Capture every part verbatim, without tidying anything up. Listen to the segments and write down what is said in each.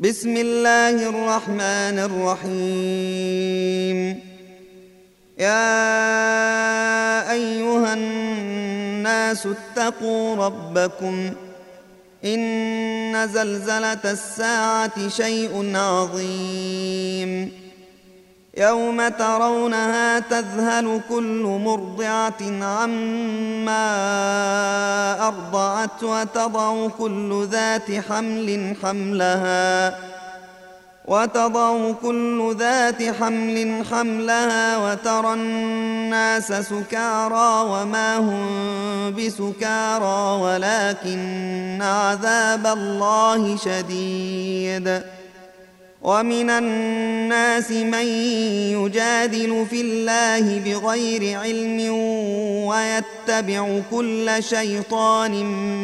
بسم الله الرحمن الرحيم. يا أيها الناس اتقوا ربكم إن زلزلة الساعة شيء عظيم يوم ترونها تذهل كل مرضعة عما أرضعت وتضع كل ذات حمل حملها وتضع كل ذات حمل حملها وترى الناس سكارى وما هم بسكارى ولكن عذاب الله شديد. ومن الناس من يجادل في الله بغير علم ويتبع كل شيطان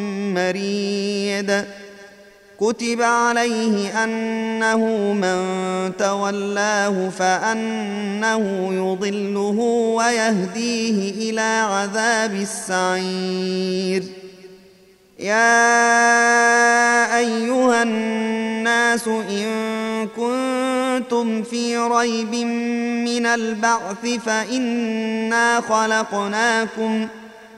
مريد. كتب عليه أنه من تولاه فأنه يضله ويهديه إلى عذاب السعير. يا أيها الناس إن كنتم في ريب من البعث فإنا خلقناكم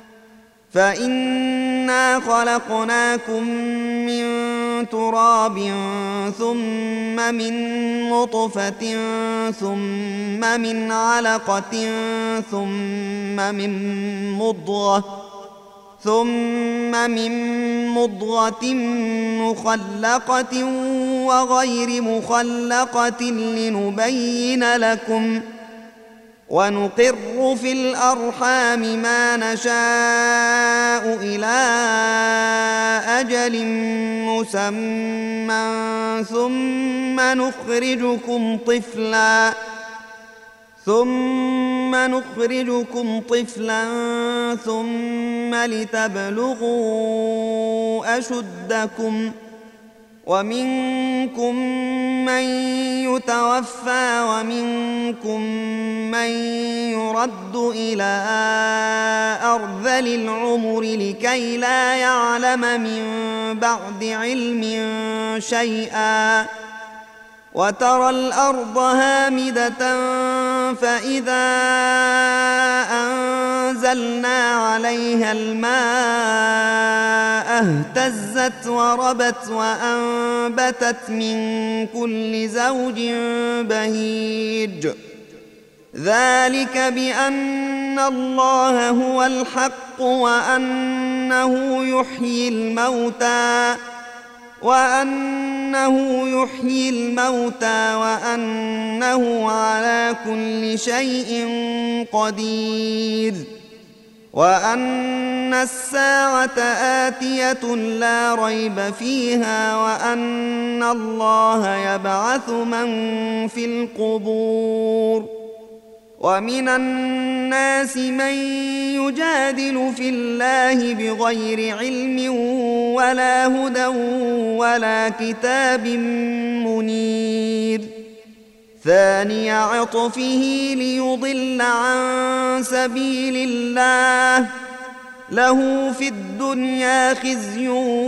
فإنا خلقناكم من تراب ثم من نطفة ثم من علقة ثم من مضغة ثم من مضغة مخلقة وغير مخلقة لنبين لكم ونقر في الأرحام ما نشاء إلى أجل مسمى ثم نخرجكم طفلا ثم نخرجكم طفلا ثم لتبلغوا أشدكم ومنكم من يتوفى ومنكم من يرد إلى أرذل العمر لكي لا يعلم من بعد علم شيئا. وترى الأرض هامدة فإذا أنزلنا عليها الماء اهتزت وربت وأنبتت من كل زوج بهيج. ذلك بأن الله هو الحق وأنه يحيي الموتى وأنه يحيي الموتى وأنه على كل شيء قدير وأن الساعة آتية لا ريب فيها وأن الله يبعث من في القبور. ومن الناس من يجادل في الله بغير علم ولا هدى ولا كتاب منير. ثاني عطفه ليضل عن سبيل الله له في الدنيا خزي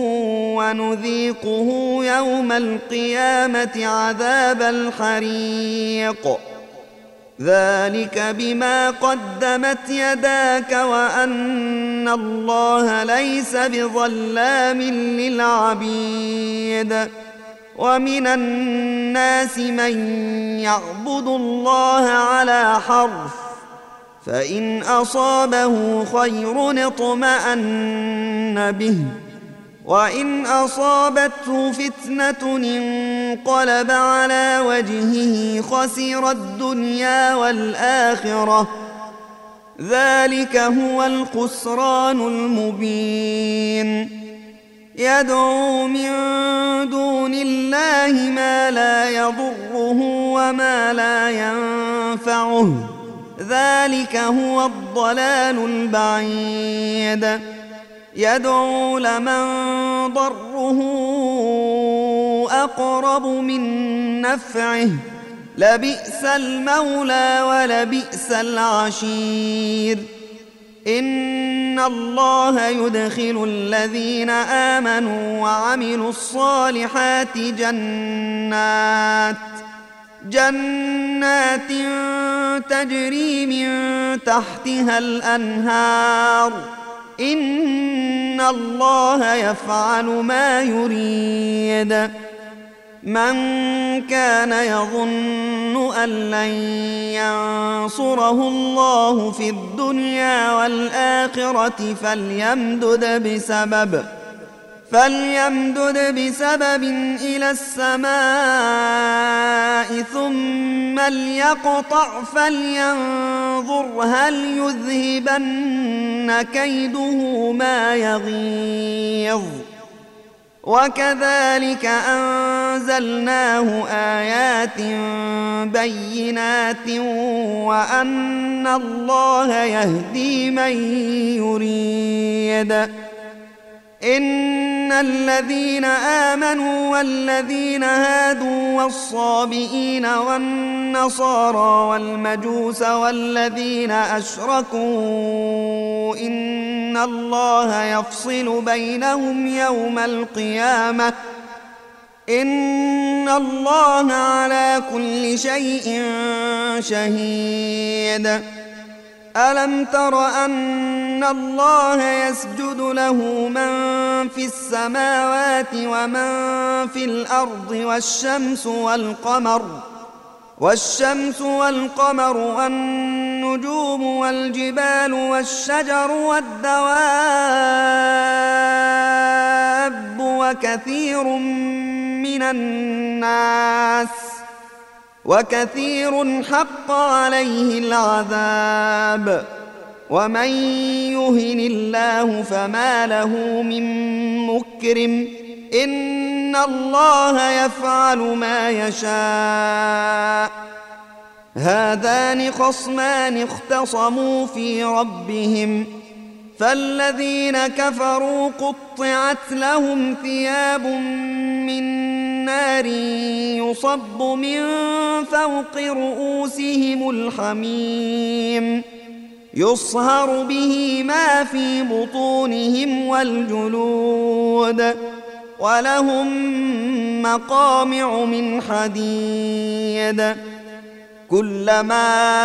ونذيقه يوم القيامة عذاب الحريق. ذلك بما قدمت يداك وأن الله ليس بظلام للعبيد. ومن الناس من يعبد الله على حرف فإن أصابه خير اطمأن به وإن أصابته فتنة انقلب على وجهه خسر الدنيا والآخرة. ذلك هو الخسران المبين. يدعو من دون الله ما لا يضره وما لا ينفعه ذلك هو الضلال البعيد. يدعو لمن ضره أقرب من نفعه لبئس المولى ولبئس العشير. إن الله يدخل الذين آمنوا وعملوا الصالحات جنات جنات تجري من تحتها الأنهار إن الله يفعل ما يريد. من كان يظن أن لن ينصره الله في الدنيا والآخرة فليمدد بسبب فليمدد بسبب إلى السماء ثم ليقطع فلينظر هل يذهبن كيده ما يغيظ. وكذلك أنزلناه آيات بينات وأن الله يهدي من يريد. إن الذين آمنوا والذين هادوا والصابئين والنصارى والمجوس والذين أشركوا إن الله يفصل بينهم يوم القيامة إن الله على كل شيء شهيد. ألم تر أن الله يسجد له من في السماوات ومن في الأرض والشمس والقمر والشمس والقمر والنجوم والجبال والشجر والدواب وكثير من الناس وكثير حق عليه العذاب ومن يهن الله فما له من مكرم إن الله يفعل ما يشاء. هذان خصمان اختصموا في ربهم فالذين كفروا قطعت لهم ثياب من نار يصب من فوق رؤوسهم الحميم يصهر به ما في بطونهم والجلود ولهم مقامع من حديد كلما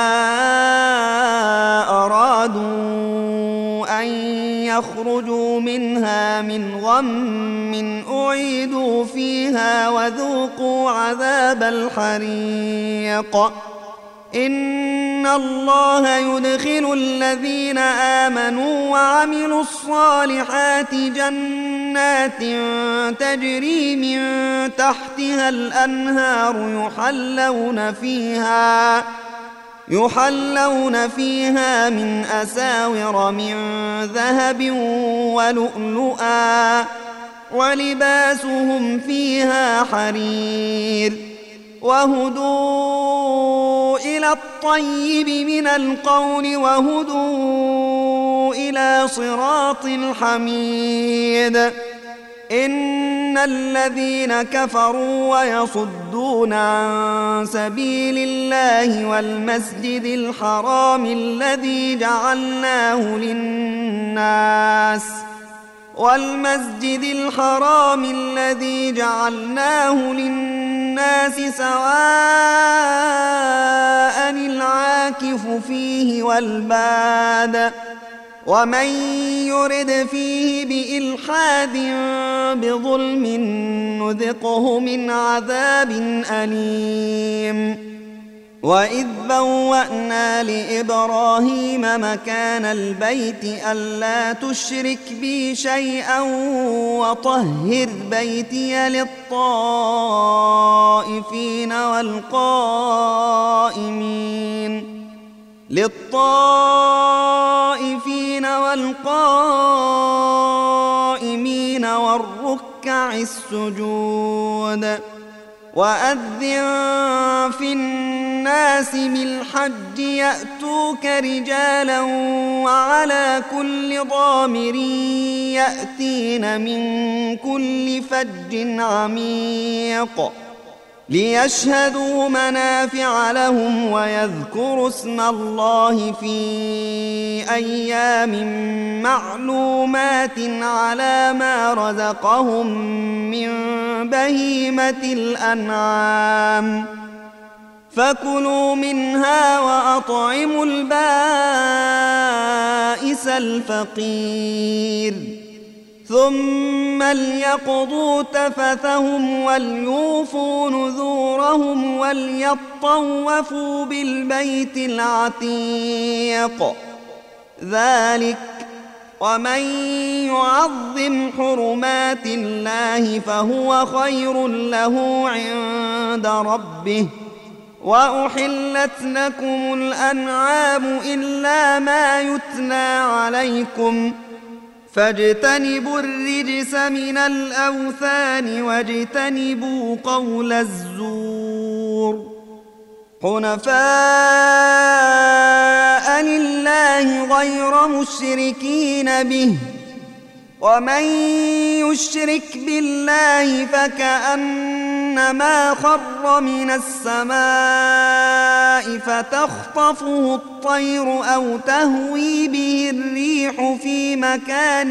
أرادوا أن يخرجوا منها من غم أعيدوا فيها وذوقوا عذاب الحريق. إن الله يدخل الذين آمنوا وعملوا الصالحات جنات تجري من تحتها الأنهار يحلون فيها يحلون فيها من أساور من ذهب ولؤلؤا ولباسهم فيها حرير وهدوا إلى الطيب من القول وهدوا إلى صراط الحميد. إن الذين كفروا ويصدون عن سبيل الله والمسجد الحرام الذي جعلناه للناس والمسجد الحرام الذي جعلناه للناس سواء العاكف فيه والباد ومن يرد فيه بإلحاد بظلم نذقه من عذاب أليم. وإذ بوأنا لإبراهيم مكان البيت ألا تشرك بي شيئا وطهر بيتي للطائفين والقائمين للطائفين والقائمين والركع السجود. وأذن في الناس بالحج يأتوك رجالا وعلى كل ضامر يأتين من كل فج عميق. ليشهدوا منافع لهم ويذكروا اسم الله في أيام معلومات على ما رزقهم من بهيمة الأنعام فكلوا منها وأطعموا البائس الفقير ثم ليقضوا تفثهم وليوفوا نذورهم وليطوفوا بالبيت العتيق ذلك ومن يعظم حرمات الله فهو خير له عند ربه وأحلت لكم الأنعام إلا ما يتلى عليكم فاجتنبوا الرجس من الأوثان واجتنبوا قول الزور حنفاء لله غير مشركين به ومن يشرك بالله فكأنما خر من السماء فتخطفه الطير أو تهوي به الريح في مكان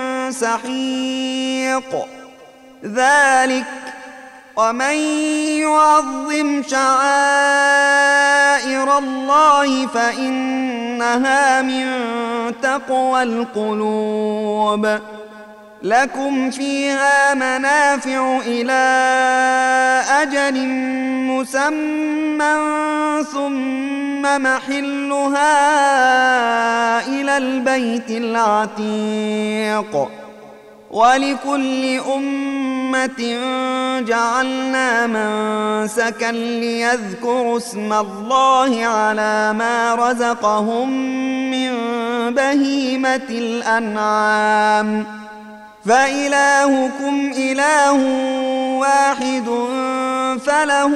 سحيق ذلك ومن يعظم شعائر الله فإنها من تقوى القلوب لكم فيها منافع إلى أجل مسمى ثم محلها إلى البيت العتيق ولكل أمة جعلنا منسكا ليذكروا اسم الله على ما رزقهم من بهيمة الأنعام فإلهكم إله واحد فله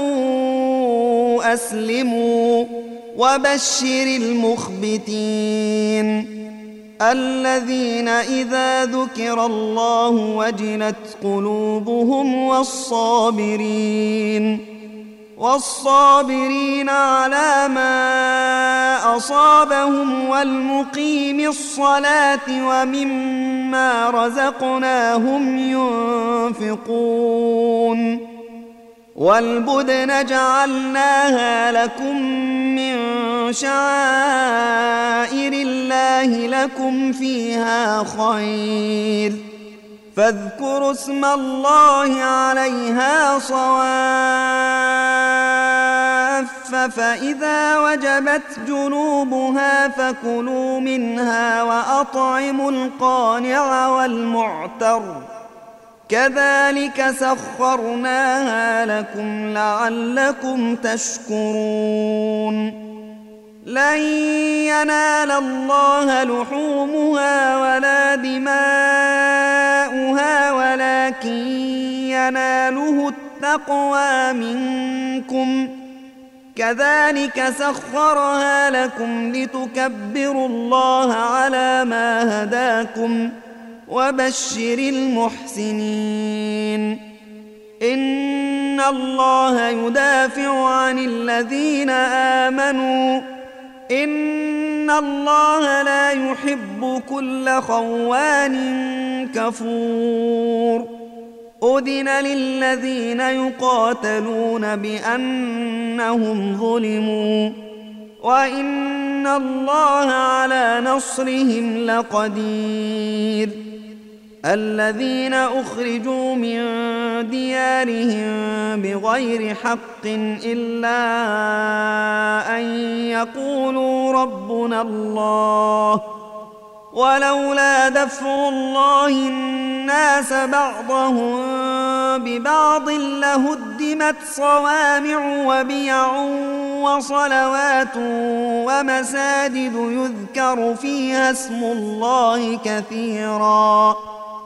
أسلموا وبشر المخبتين الذين إذا ذكر الله وجلت قلوبهم والصابرين والصابرين على ما أصابهم والمقيم الصلاة ومما رزقناهم ينفقون والبدن جعلناها لكم من شعائر الله لكم فيها خير فاذكروا اسم الله عليها صواف فإذا وجبت جنوبها فكلوا منها وأطعموا القانع والمعتر كذلك سخرناها لكم لعلكم تشكرون لن ينال الله لحومها ولا دماؤها ولكن يناله التقوى منكم كذلك سخرها لكم لتكبروا الله على ما هداكم وبشر المحسنين إن الله يدافع عن الذين آمنوا إن الله لا يحب كل خوان كفور أذن للذين يقاتلون بأنهم ظلموا وإن الله على نصرهم لقدير الذين أخرجوا من ديارهم بغير حق إلا أن يقولوا ربنا الله ولولا دفع الله الناس بعضهم ببعض لهدمت صوامع وبيع وصلوات ومساجد يذكر فيها اسم الله كثيرا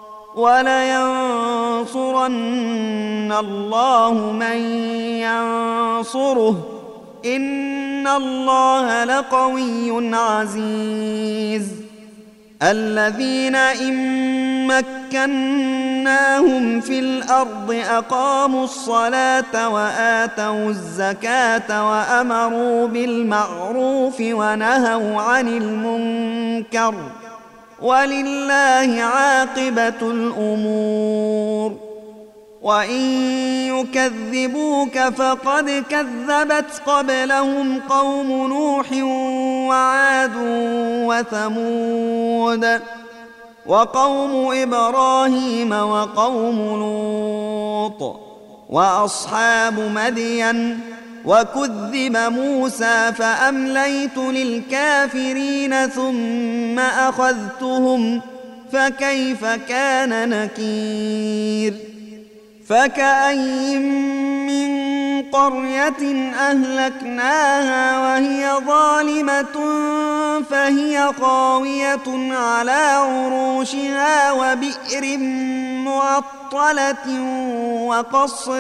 ولينصرن الله من ينصره إن الله لقوي عزيز الذين إن مكنا مكناهم في الأرض أقاموا الصلاة وآتوا الزكاة وأمروا بالمعروف ونهوا عن المنكر ولله عاقبة الأمور. وإن يكذبوك فقد كذبت قبلهم قوم نوح وعاد وثمود وقوم إبراهيم وقوم لوط وأصحاب مدين وكذب موسى فأمليت للكافرين ثم أخذتهم فكيف كان نكير. فكأين من قرية أهلكناها وهي ظالمة فهي خاوية على عروشها وبئر معطلة وقصر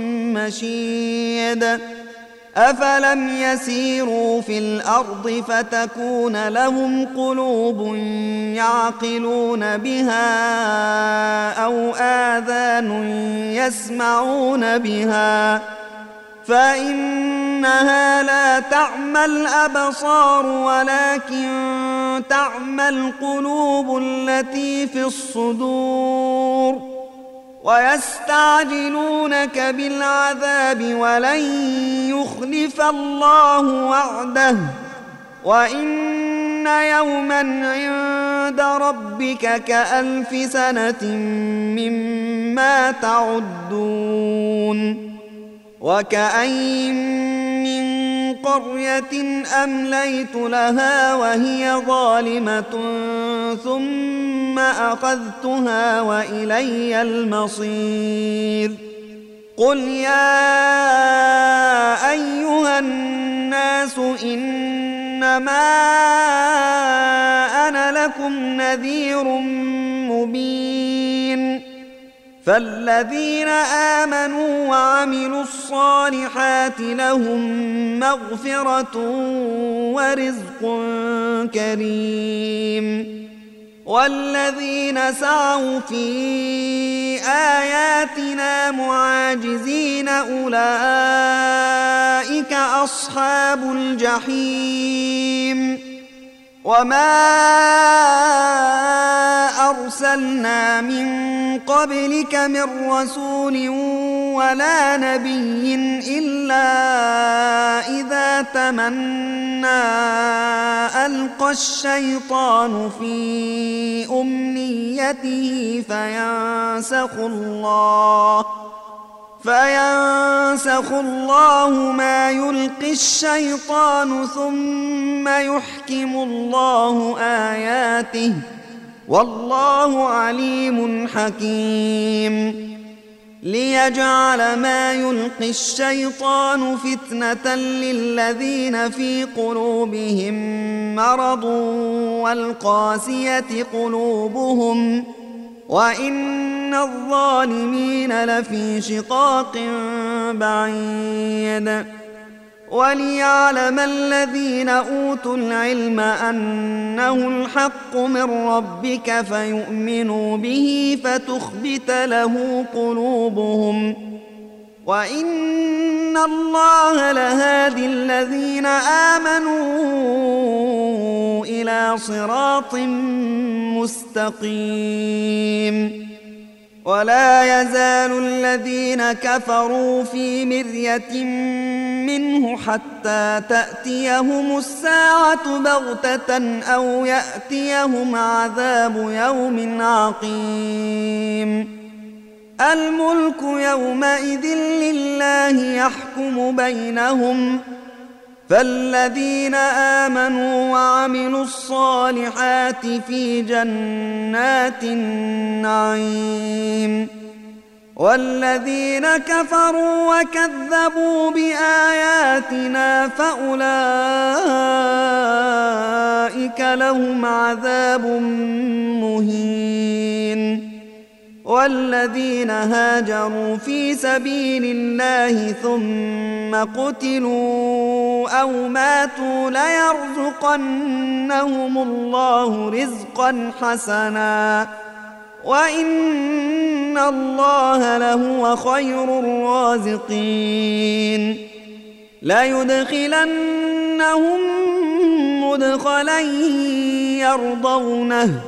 مشيد أفلم يسيروا في الأرض فتكون لهم قلوب يعقلون بها أو آذان يسمعون بها فإنها لا تعمى الأبصار ولكن تعمى القلوب التي في الصدور. ويستعجلونك بالعذاب ولن يخلف الله وعده وإن يوما عند ربك كألف سنة مما تعدون. وكأين من قرية أمليت لها وهي ظالمة ثم أخذتها وإلي المصير. قل يا أيها الناس إنما أنا لكم نذير مبين. فالذين آمنوا وعملوا الصالحات لهم مغفرة ورزق كريم. والذين سعوا في آياتنا معاجزين أولئك أصحاب الجحيم. وما أرسلنا من قبلك من رسول ولا نبي إلا إذا تمنى ألقى الشيطان في أمنيته فينسخ الله فينسخ الله ما يلقي الشيطان ثم يحكم الله آياته والله عليم حكيم. ليجعل ما يلقي الشيطان فتنة للذين في قلوبهم مرض والقاسية قلوبهم وإن الظالمين لفي شقاق بعيد. وليعلم الذين أوتوا العلم أنه الحق من ربك فيؤمنوا به فتخبت له قلوبهم وإن الله لهادي الذين آمنوا إلى صراط مستقيم. ولا يزال الذين كفروا في مرية منه حتى تأتيهم الساعة بغتة أو يأتيهم عذاب يوم عقيم. الملك يومئذ لله يحكم بينهم فالذين آمنوا وعملوا الصالحات في جنات النعيم والذين كفروا وكذبوا بآياتنا فأولئك لهم عذاب مهين. والذين هاجروا في سبيل الله ثم قتلوا أو ماتوا ليرزقنهم الله رزقا حسنا وإن الله لهو خير الرازقين ليدخلنهم مدخلا يرضونه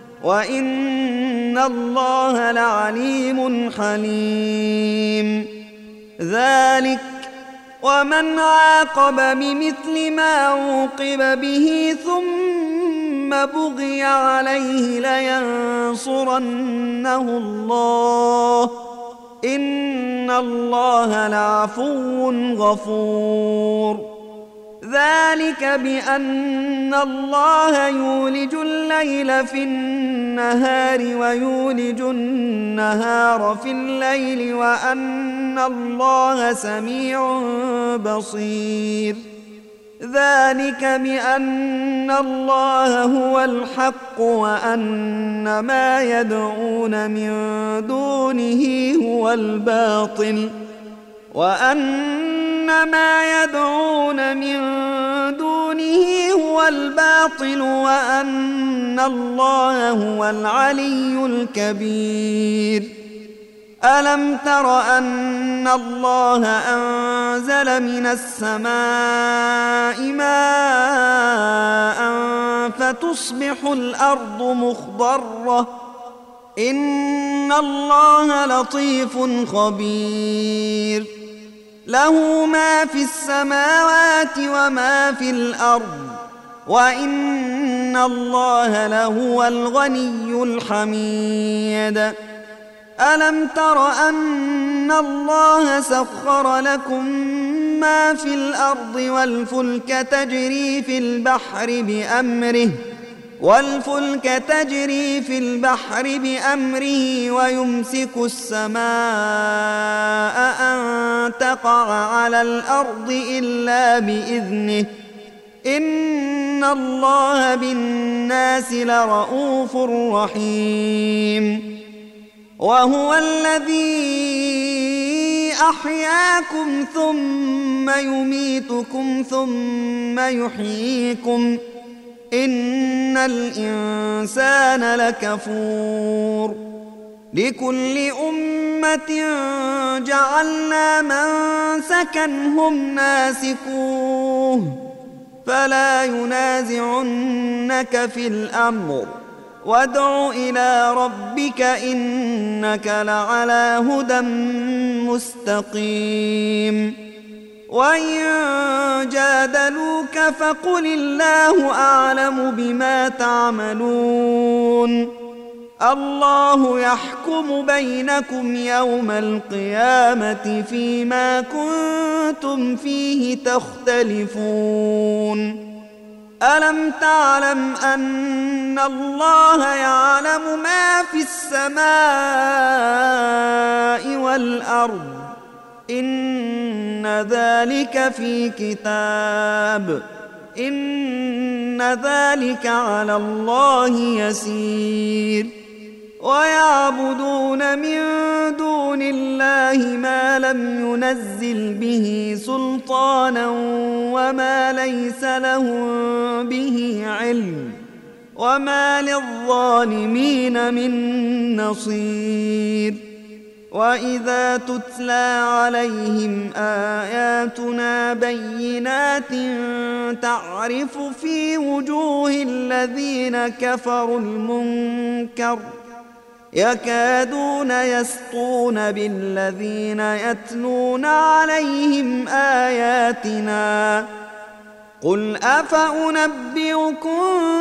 وإن الله لعليم حليم ذلك ومن عاقب بمثل ما عوقب به ثم بغي عليه لينصرنه الله إن الله لعفو غفور ذلك بأن الله يولج الليل في النهار ويولج النهار في الليل وأن الله سميع بصير ذلك بأن الله هو الحق وأن ما يدعون من دونه هو الباطل وأن ما يدعون من دونه هو الباطل وأن الله هو العلي الكبير ألم تر أن الله أنزل من السماء ماء فتصبح الأرض مخضرة إن الله لطيف خبير له ما في السماوات وما في الأرض وإن الله لهو الغني الحميد ألم تر أن الله سخر لكم ما في الأرض والفلك تجري في البحر بأمره والفلك تجري في البحر بأمره ويمسك السماء أن تقع على الأرض إلا بإذنه إن الله بالناس لرؤوف رحيم وهو الذي أحياكم ثم يميتكم ثم يحييكم إن الإنسان لكفور لكل أمة جعلنا منسكا هم ناسكوه فلا ينازعنك في الأمر وادع إلى ربك إنك لعلى هدى مستقيم وإن جادلوك فقل الله أعلم بما تعملون الله يحكم بينكم يوم القيامة فيما كنتم فيه تختلفون ألم تعلم أن الله يعلم ما في السماء والأرض إن ذلك في كتاب إن ذلك على الله يسير ويعبدون من دون الله ما لم ينزل به سلطانا وما ليس لهم به علم وما للظالمين من نصير وإذا تتلى عليهم آياتنا بينات تعرف في وجوه الذين كفروا المنكر يكادون يسطون بالذين يتلون عليهم آياتنا قل أفأنبئكم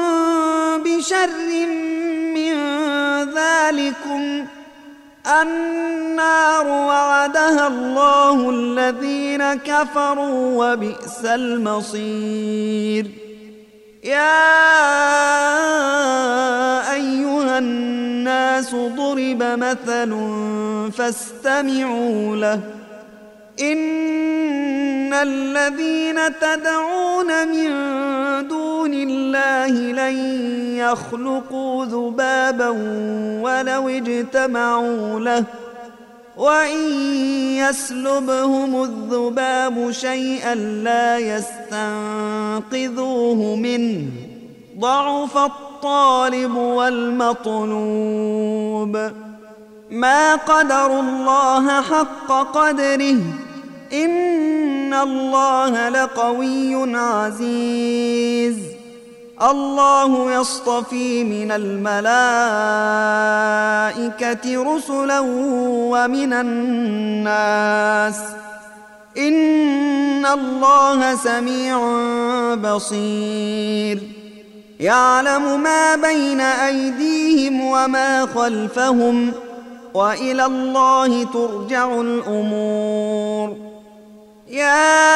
بشر من ذلكم النار وعدها الله الذين كفروا وبئس المصير يا أيها الناس ضرب مثل فاستمعوا له إن الذين تدعون من دون الله لن يخلقوا ذبابا ولو اجتمعوا له وإن يسلبهم الذباب شيئا لا يستنقذوه منه ضعف الطالب الطالب والمطلوب ما قدروا الله حق قدره إن الله لقوي عزيز الله يصطفي من الملائكة رسلا ومن الناس إن الله سميع بصير يعلم ما بين أيديهم وما خلفهم وإلى الله ترجع الأمور يا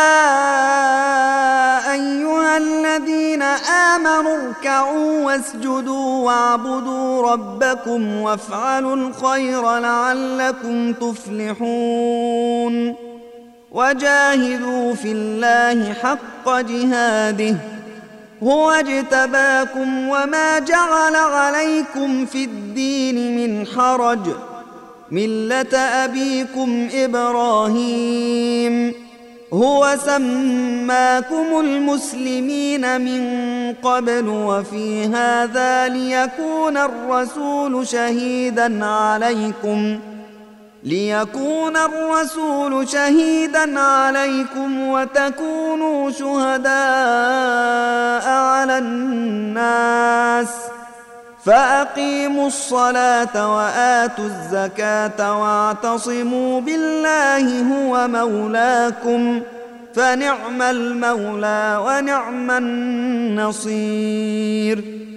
أيها الذين آمنوا اركعوا واسجدوا واعبدوا ربكم وافعلوا الخير لعلكم تفلحون وجاهدوا في الله حق جهاده هو اجتباكم وما جعل عليكم في الدين من حرج ملة أبيكم إبراهيم هو سماكم المسلمين من قبل وفي هذا ليكون الرسول شهيدا عليكم ليكون الرسول شهيدا عليكم وتكونوا شهداء على الناس فأقيموا الصلاة وآتوا الزكاة واعتصموا بالله هو مولاكم فنعم المولى ونعم النصير